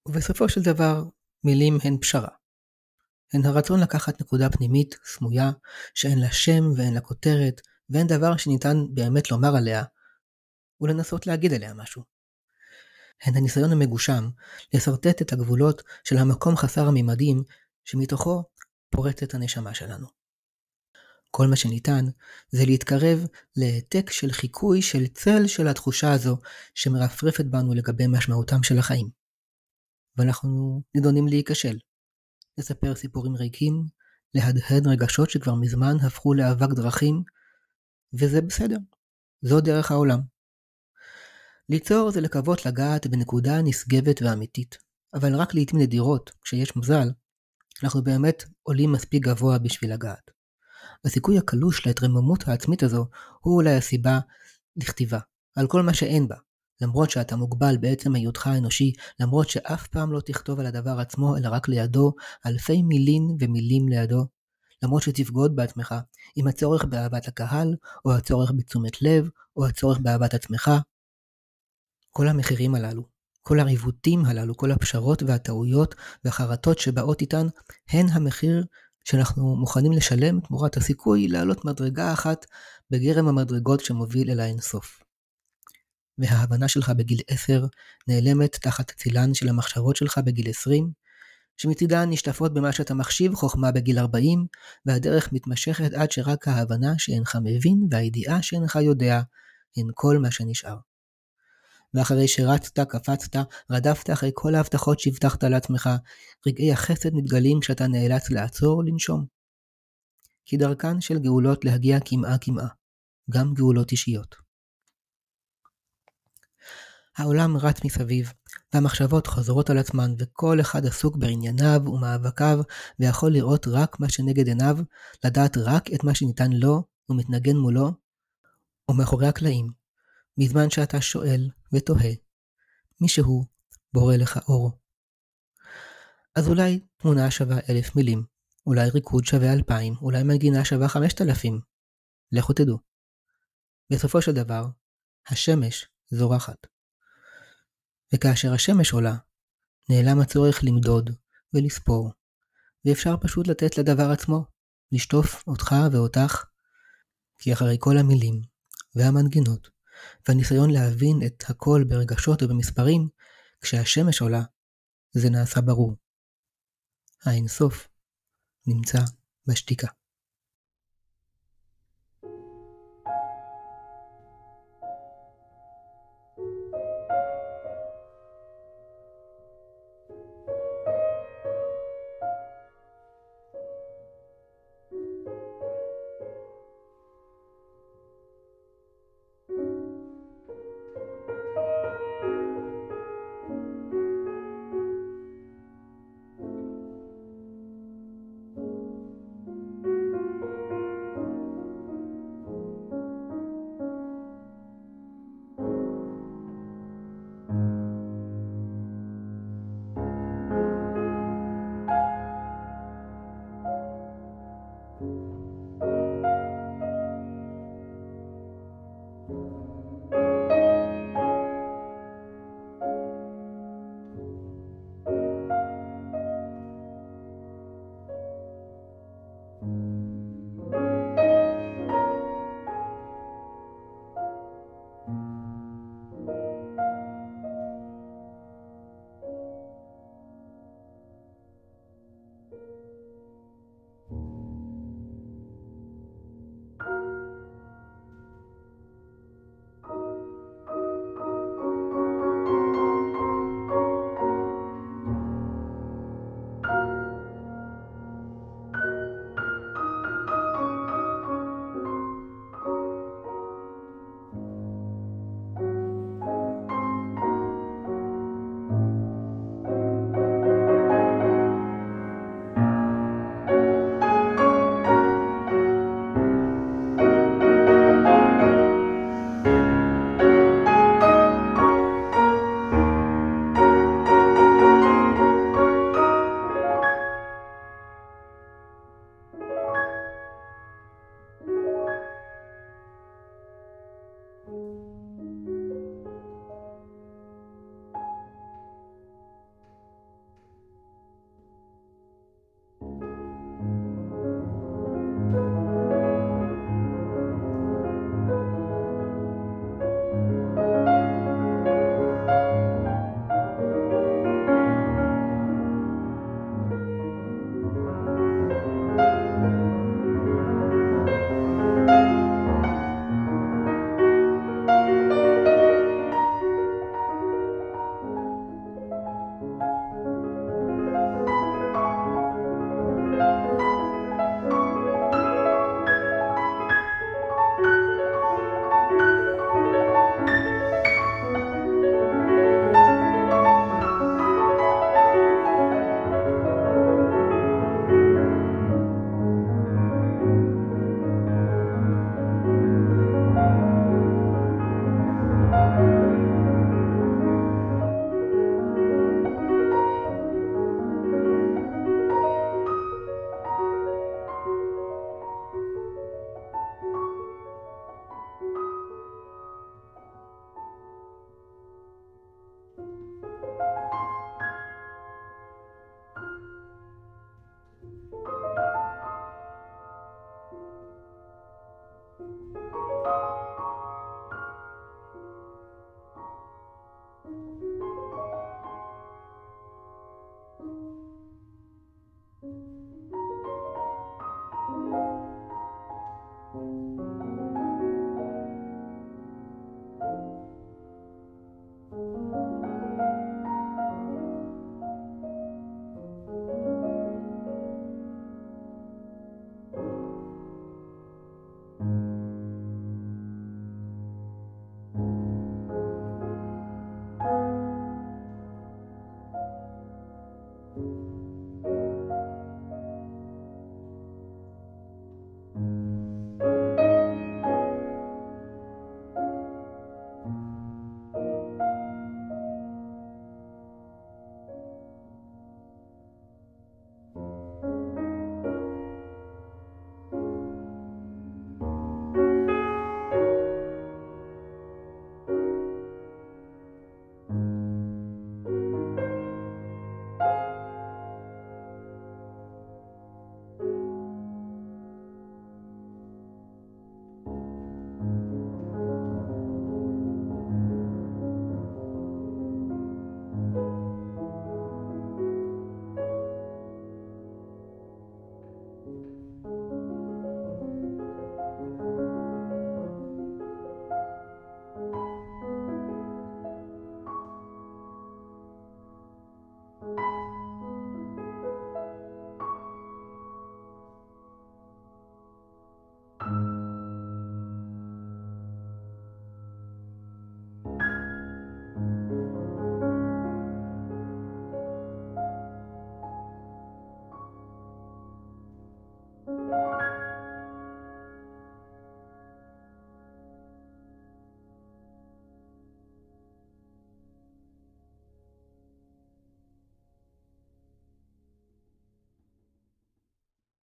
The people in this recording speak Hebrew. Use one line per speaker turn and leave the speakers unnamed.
ובסופו של דבר, מילים הן פשרה. הן הרצון לקחת נקודה פנימית, סמויה, שאין לה שם ואין לה כותרת, ואין דבר שניתן באמת לומר עליה, ולנסות להגיד עליה משהו. הן הניסיון המגושם לסרטט את הגבולות של המקום חסר הממדים, שמתוכו פורצת הנשמה שלנו. כל מה שניתן זה להתקרב להעתק של חיקוי של צל של התחושה הזו שמרפרפת בנו לגבי משמעותם של החיים. ואנחנו נידונים להיכשל. לספר סיפורים ריקים, להדהד רגשות שכבר מזמן הפכו לאבק דרכים, וזה בסדר. זו דרך העולם. ליצור זה לקוות לגעת בנקודה נשגבת ואמיתית, אבל רק לעתים נדירות, כשיש מזל, אנחנו באמת עולים מספיק גבוה בשביל לגעת. הסיכוי הקלוש להתרממות העצמית הזו הוא אולי הסיבה לכתיבה, על כל מה שאין בה, למרות שאתה מוגבל בעצם היותך האנושי, למרות שאף פעם לא תכתוב על הדבר עצמו, אלא רק לידו, אלפי מילים ומילים לידו, למרות שתפגוד בעצמך עם הצורך באהבת הקהל, או הצורך בתשומת לב, או הצורך באהבת עצמך. כל המחירים הללו, כל הריבותים הללו, כל הפשרות והטעויות והחרטות שבאות איתן, הן המחיר שאנחנו מוכנים לשלם תמורת הסיכוי לעלות מדרגה אחת בגרם המדרגות שמוביל אל האינסוף. וההבנה שלך בגיל 10 נעלמת תחת צילן של המחשבות שלך בגיל 20, שמצידן נשטפות במה שאתה מחשיב חוכמה בגיל 40, והדרך מתמשכת עד שרק ההבנה שאינך מבין והידיעה שאינך יודע, הן כל מה שנשאר. ואחרי שרצת, קפצת, רדפת אחרי כל ההבטחות שהבטחת לעצמך, רגעי החסד מתגלים כשאתה נאלץ לעצור לנשום. כי דרכן של גאולות להגיע כמעה, גם גאולות אישיות. העולם רץ מסביב, והמחשבות חוזרות על עצמן, וכל אחד עסוק בענייניו ומאבקיו, ויכול לראות רק מה שנגד עיניו, לדעת רק את מה שניתן לו, ומתנגן מולו, ומאחורי הקלעים, בזמן שאתה שואל ותוהה, מישהו בורא לך אור. אז אולי תמונה שווה 1,000 מילים, אולי ריקוד שווה 2,000, אולי מנגינה שווה 5,000. לכו תדעו. בסופו של דבר, השמש זורחת. וכאשר השמש עולה, נעלם הצורך למדוד ולספור, ואפשר פשוט לתת לדבר עצמו, לשטוף אותך ואותך, כי אחרי כל המילים והמנגינות, והניסיון להבין את הכל ברגשות ובמספרים, כשהשמש עולה, זה נעשה ברור. האינסוף נמצא בשתיקה.
you.